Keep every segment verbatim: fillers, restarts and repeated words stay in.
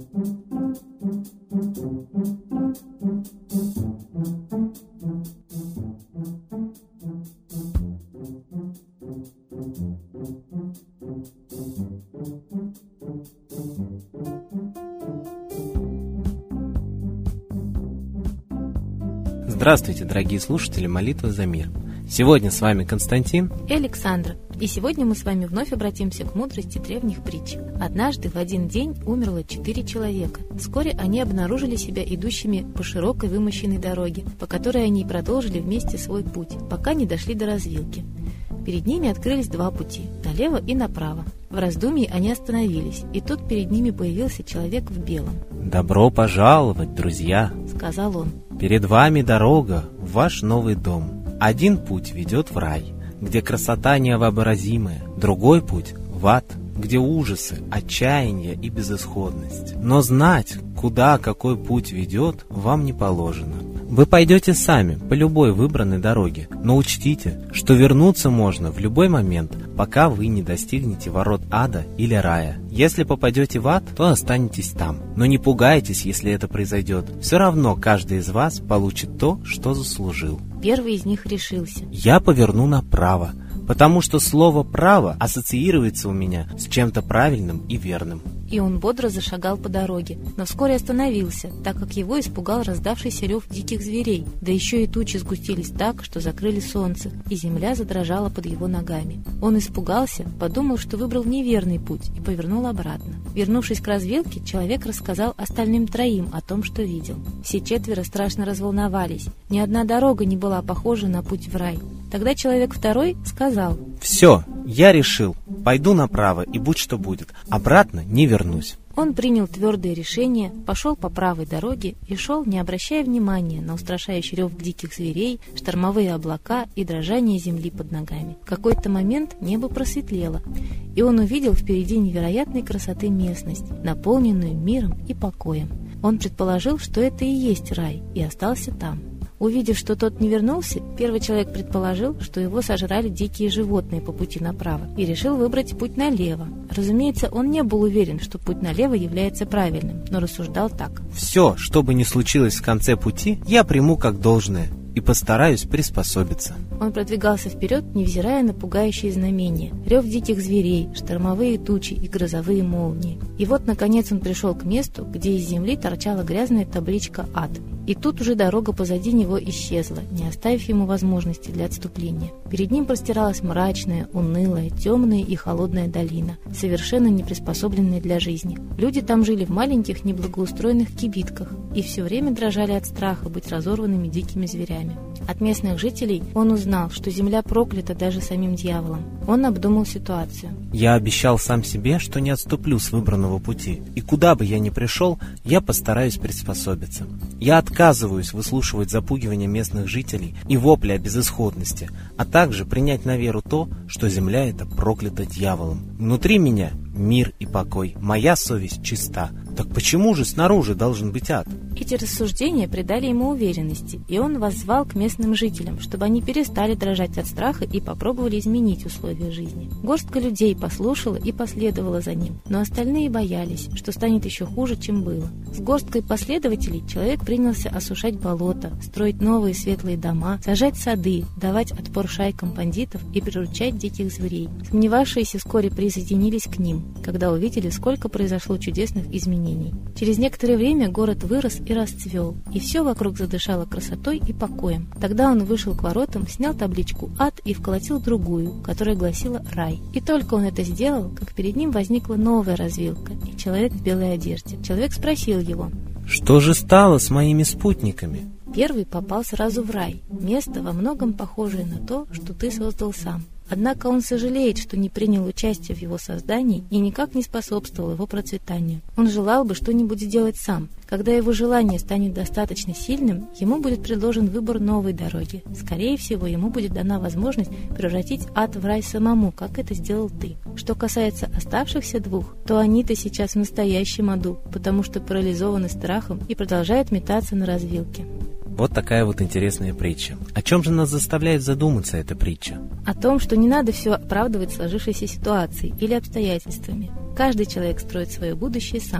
Здравствуйте, дорогие слушатели «Молитвы за мир». Сегодня с вами Константин и Александра. И сегодня мы с вами вновь обратимся к мудрости древних притч. Однажды в один день умерло четыре человека. Вскоре они обнаружили себя идущими по широкой вымощенной дороге, по которой они продолжили вместе свой путь, пока не дошли до развилки. Перед ними открылись два пути – налево и направо. В раздумье они остановились, и тут перед ними появился человек в белом. «Добро пожаловать, друзья!» – сказал он. «Перед вами дорога в ваш новый дом. Один путь ведет в рай, где красота невообразимая, другой путь в ад, где ужасы, отчаяние и безысходность. Но знать, куда какой путь ведет, вам не положено. Вы пойдете сами по любой выбранной дороге, но учтите, что вернуться можно в любой момент, пока вы не достигнете ворот ада или рая. Если попадете в ад, то останетесь там. Но не пугайтесь, если это произойдет. Все равно каждый из вас получит то, что заслужил». Первый из них решился. «Я поверну направо, потому что слово «право» ассоциируется у меня с чем-то правильным и верным». И он бодро зашагал по дороге, но вскоре остановился, так как его испугал раздавшийся рев диких зверей, да еще и тучи сгустились так, что закрыли солнце, и земля задрожала под его ногами. Он испугался, подумал, что выбрал неверный путь, и повернул обратно. Вернувшись к развилке, человек рассказал остальным троим о том, что видел. Все четверо страшно разволновались. Ни одна дорога не была похожа на путь в рай. Тогда человек второй сказал: «Все, я решил. Пойду направо, и будь что будет. Обратно не вернусь». Он принял твердое решение, пошел по правой дороге и шел, не обращая внимания на устрашающий рев диких зверей, штормовые облака и дрожание земли под ногами. В какой-то момент небо просветлело, и он увидел впереди невероятной красоты местность, наполненную миром и покоем. Он предположил, что это и есть рай, и остался там. Увидев, что тот не вернулся, первый человек предположил, что его сожрали дикие животные по пути направо, и решил выбрать путь налево. Разумеется, он не был уверен, что путь налево является правильным, но рассуждал так: «Все, что бы ни случилось в конце пути, я приму как должное и постараюсь приспособиться». Он продвигался вперед, невзирая на пугающие знамения, рев диких зверей, штормовые тучи и грозовые молнии. И вот, наконец, он пришел к месту, где из земли торчала грязная табличка «Ад». И тут уже дорога позади него исчезла, не оставив ему возможности для отступления. Перед ним простиралась мрачная, унылая, темная и холодная долина, совершенно не приспособленная для жизни. Люди там жили в маленьких неблагоустроенных кибитках и все время дрожали от страха быть разорванными дикими зверями. От местных жителей он узнал, что земля проклята даже самим дьяволом. Он обдумал ситуацию. «Я обещал сам себе, что не отступлю с выбранного пути, и куда бы я ни пришел, я постараюсь приспособиться. Я отказываюсь выслушивать запугивания местных жителей и вопли о безысходности, а также принять на веру то, что земля эта проклята дьяволом. Внутри меня мир и покой, моя совесть чиста. Так почему же снаружи должен быть ад?» Эти рассуждения придали ему уверенности, и он воззвал к местным жителям, чтобы они перестали дрожать от страха и попробовали изменить условия жизни. Горстка людей послушала и последовала за ним, но остальные боялись, что станет еще хуже, чем было. С горсткой последователей человек принялся осушать болота, строить новые светлые дома, сажать сады, давать отпор шайкам бандитов и приручать диких зверей. Сомневавшиеся вскоре присоединились к ним, когда увидели, сколько произошло чудесных изменений. Через некоторое время город вырос и расцвел, и все вокруг задышало красотой и покоем. Тогда он вышел к воротам, снял табличку «Ад» и вколотил другую, которая гласила «Рай». И только он это сделал, как перед ним возникла новая развилка и человек в белой одежде. Человек спросил его: «Что же стало с моими спутниками?» Первый попал сразу в рай, место во многом похожее на то, что ты создал сам. Однако он сожалеет, что не принял участие в его создании и никак не способствовал его процветанию. Он желал бы что-нибудь сделать сам. Когда его желание станет достаточно сильным, ему будет предложен выбор новой дороги. Скорее всего, ему будет дана возможность превратить ад в рай самому, как это сделал ты. Что касается оставшихся двух, то они-то сейчас в настоящем аду, потому что парализованы страхом и продолжают метаться на развилке. Вот такая вот интересная притча. О чем же нас заставляет задуматься эта притча? О том, что не надо все оправдывать сложившейся ситуацией или обстоятельствами. Каждый человек строит свое будущее сам.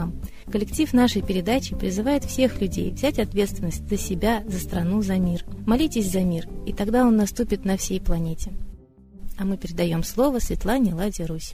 Коллектив нашей передачи призывает всех людей взять ответственность за себя, за страну, за мир. Молитесь за мир, и тогда он наступит на всей планете. А мы передаем слово Светлане Ладе Русь.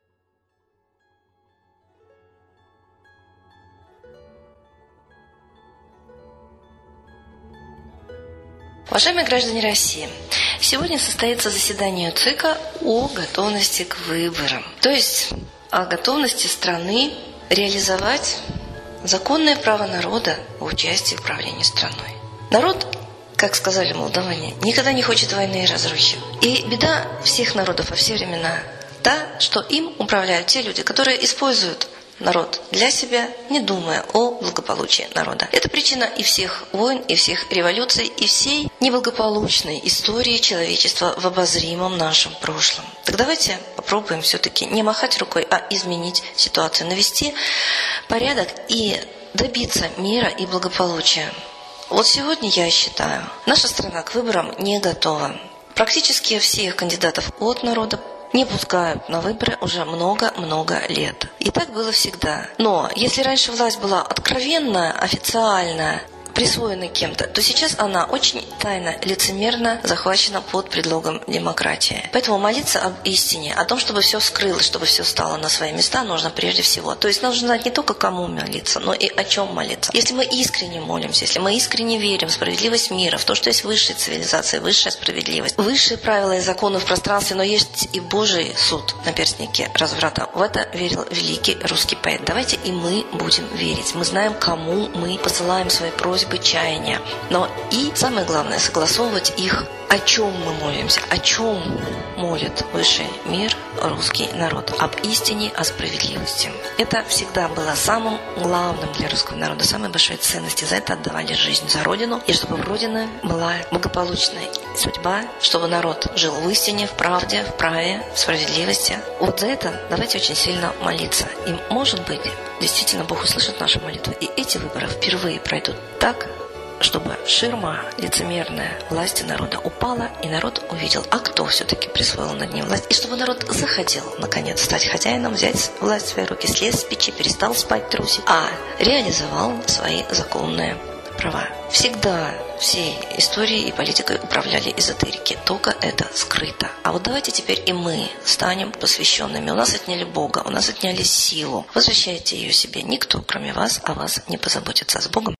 Уважаемые граждане России, сегодня состоится заседание ЦИКа о готовности к выборам, то есть о готовности страны реализовать законное право народа в участии в управлении страной. Народ, как сказали молдаване, никогда не хочет войны и разрухи. И беда всех народов во все времена та, что им управляют те люди, которые используют народ для себя, не думая о благополучии народа. Это причина и всех войн, и всех революций, и всей неблагополучной истории человечества в обозримом нашем прошлом. Так давайте попробуем все-таки не махать рукой, а изменить ситуацию, навести порядок и добиться мира и благополучия. Вот сегодня, я считаю, наша страна к выборам не готова. Практически всех кандидатов от народа не пускают на выборы уже много-много лет. И так было всегда. Но если раньше власть была откровенная, официальная, присвоенной кем-то, то сейчас она очень тайно, лицемерно захвачена под предлогом демократии. Поэтому молиться об истине, о том, чтобы все вскрылось, чтобы все стало на свои места, нужно прежде всего. То есть нужно знать не только кому молиться, но и о чем молиться. Если мы искренне молимся, если мы искренне верим в справедливость мира, в то, что есть высшая цивилизация, высшая справедливость, высшие правила и законы в пространстве, но есть и Божий суд на перстнике разврата. В это верил великий русский поэт. Давайте и мы будем верить. Мы знаем, кому мы посылаем свои просьбы, чаяния, но и самое главное согласовывать их, о чем мы молимся, о чем молит высший мир, русский народ, об истине, о справедливости. Это всегда было самым главным для русского народа, самой большой ценностью. За это отдавали жизнь, за Родину, и чтобы в Родине была благополучная судьба, чтобы народ жил в истине, в правде, в праве, в справедливости. Вот за это давайте очень сильно молиться. И, может быть, действительно Бог услышит наши молитвы, и эти выборы впервые пройдут так, чтобы ширма лицемерная власти народа упала, и народ увидел, а кто все-таки присвоил над ним власть, и чтобы народ захотел, наконец, стать хозяином, взять власть в свои руки, слез с печи, перестал спать трусить, а реализовал свои законные права. Всегда всей историей и политикой управляли эзотерики, только это скрыто. А вот давайте теперь и мы станем посвященными. У нас отняли Бога, у нас отняли силу. Возвращайте ее себе. Никто, кроме вас, о вас не позаботится. С Богом.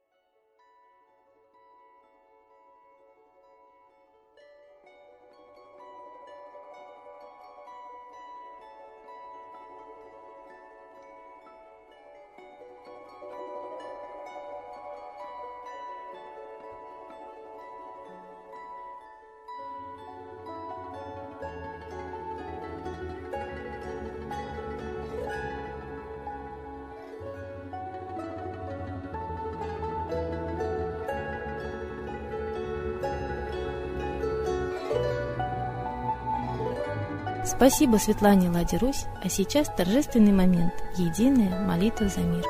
Спасибо Светлане Ладе Русь, а сейчас торжественный момент – единая молитва за мир.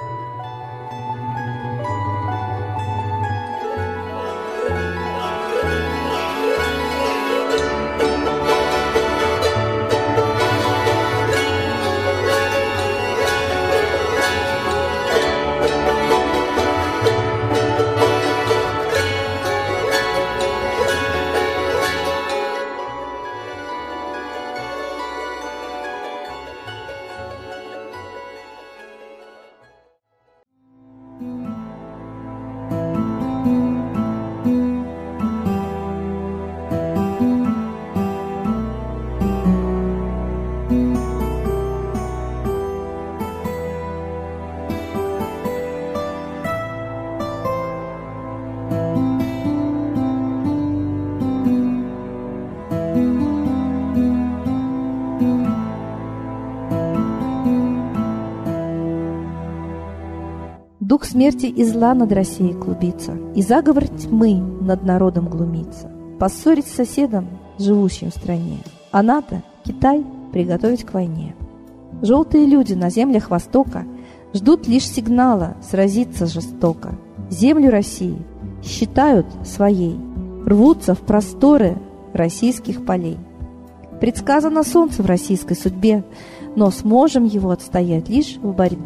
Дух смерти и зла над Россией клубится, и заговор тьмы над народом глумится. Поссорить с соседом, живущим в стране, а НАТО, Китай, приготовить к войне. Желтые люди на землях Востока ждут лишь сигнала сразиться жестоко. Землю России считают своей, рвутся в просторы российских полей. Предсказано солнце в российской судьбе, но сможем его отстоять лишь в борьбе.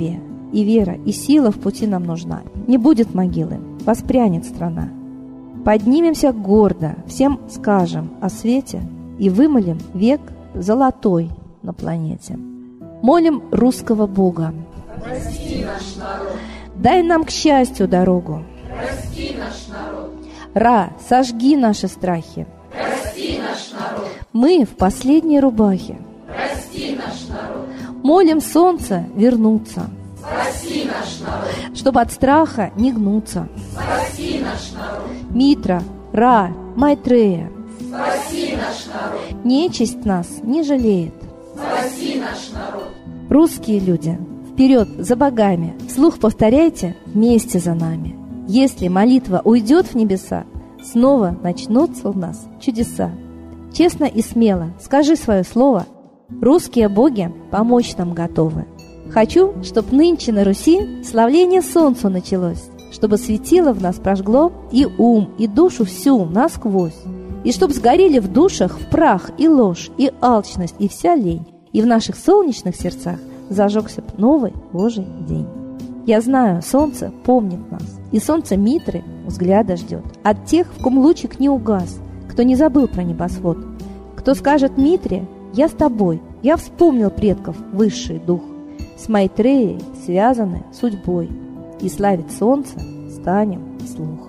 и вера, и сила в пути нам нужна. Не будет могилы, воспрянет страна. Поднимемся гордо, всем скажем о свете и вымолим век золотой на планете. Молим русского Бога. Прости наш народ. Дай нам к счастью дорогу. Прости наш народ. Ра, сожги наши страхи. Прости наш народ. Мы в последней рубахе. Прости наш народ. Молим солнце вернуться, Спаси наш народ. чтобы от страха не гнуться. Спаси наш народ. Митра, Ра, Майтрея, Спаси наш народ. нечисть нас не жалеет. Спаси наш народ. Русские люди, вперед за богами, вслух повторяйте вместе за нами. Если молитва уйдет в небеса, снова начнутся у нас чудеса. Честно и смело скажи свое слово. Русские боги помочь нам готовы. Хочу, чтоб нынче на Руси славление солнцу началось, чтобы светило в нас прожгло и ум, и душу всю насквозь, и чтоб сгорели в душах в прах и ложь, и алчность, и вся лень, и в наших солнечных сердцах зажегся б новый Божий день. Я знаю, солнце помнит нас, и солнце Митры взгляда ждет от тех, в ком лучик не угас, кто не забыл про небосвод, кто скажет Митре: «Я с тобой, я вспомнил предков высший дух». С Майтреей связаны судьбой, и славить солнце станем вслух.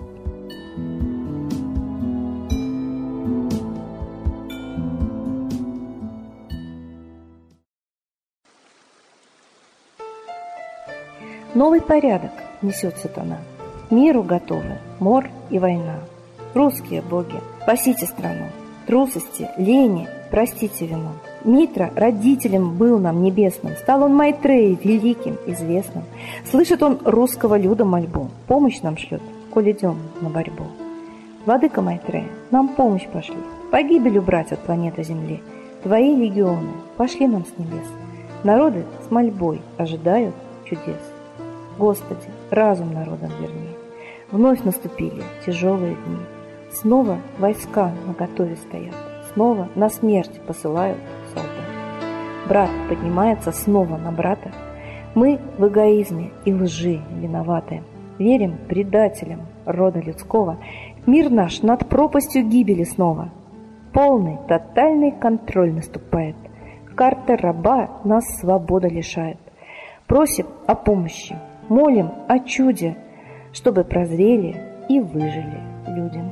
Новый порядок несет сатана. Миру готовы мор и война. Русские боги, спасите страну. Трусости, лени, простите вину. Митра родителем был нам небесным, стал он Майтреей великим, известным. Слышит он русского люда мольбу, помощь нам шлет, коль идем на борьбу. Владыка Майтрея, нам помощь пошли, погибель убрать от планеты Земли. Твои легионы пошли нам с небес, народы с мольбой ожидают чудес. Господи, разум народам верни, вновь наступили тяжелые дни. Снова войска наготове стоят, снова на смерть посылают солдат. Брат поднимается снова на брата. Мы в эгоизме и лжи виноваты. Верим предателям рода людского. Мир наш над пропастью гибели снова. Полный, тотальный контроль наступает. Карта раба нас свобода лишает. Просим о помощи, молим о чуде, чтобы прозрели и выжили люди.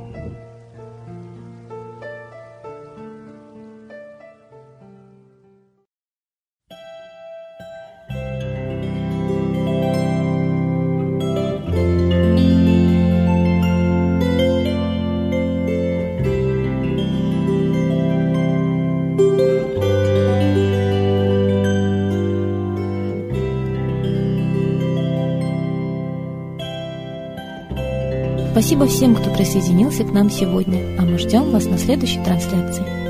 Спасибо всем, кто присоединился к нам сегодня, а мы ждем вас на следующей трансляции.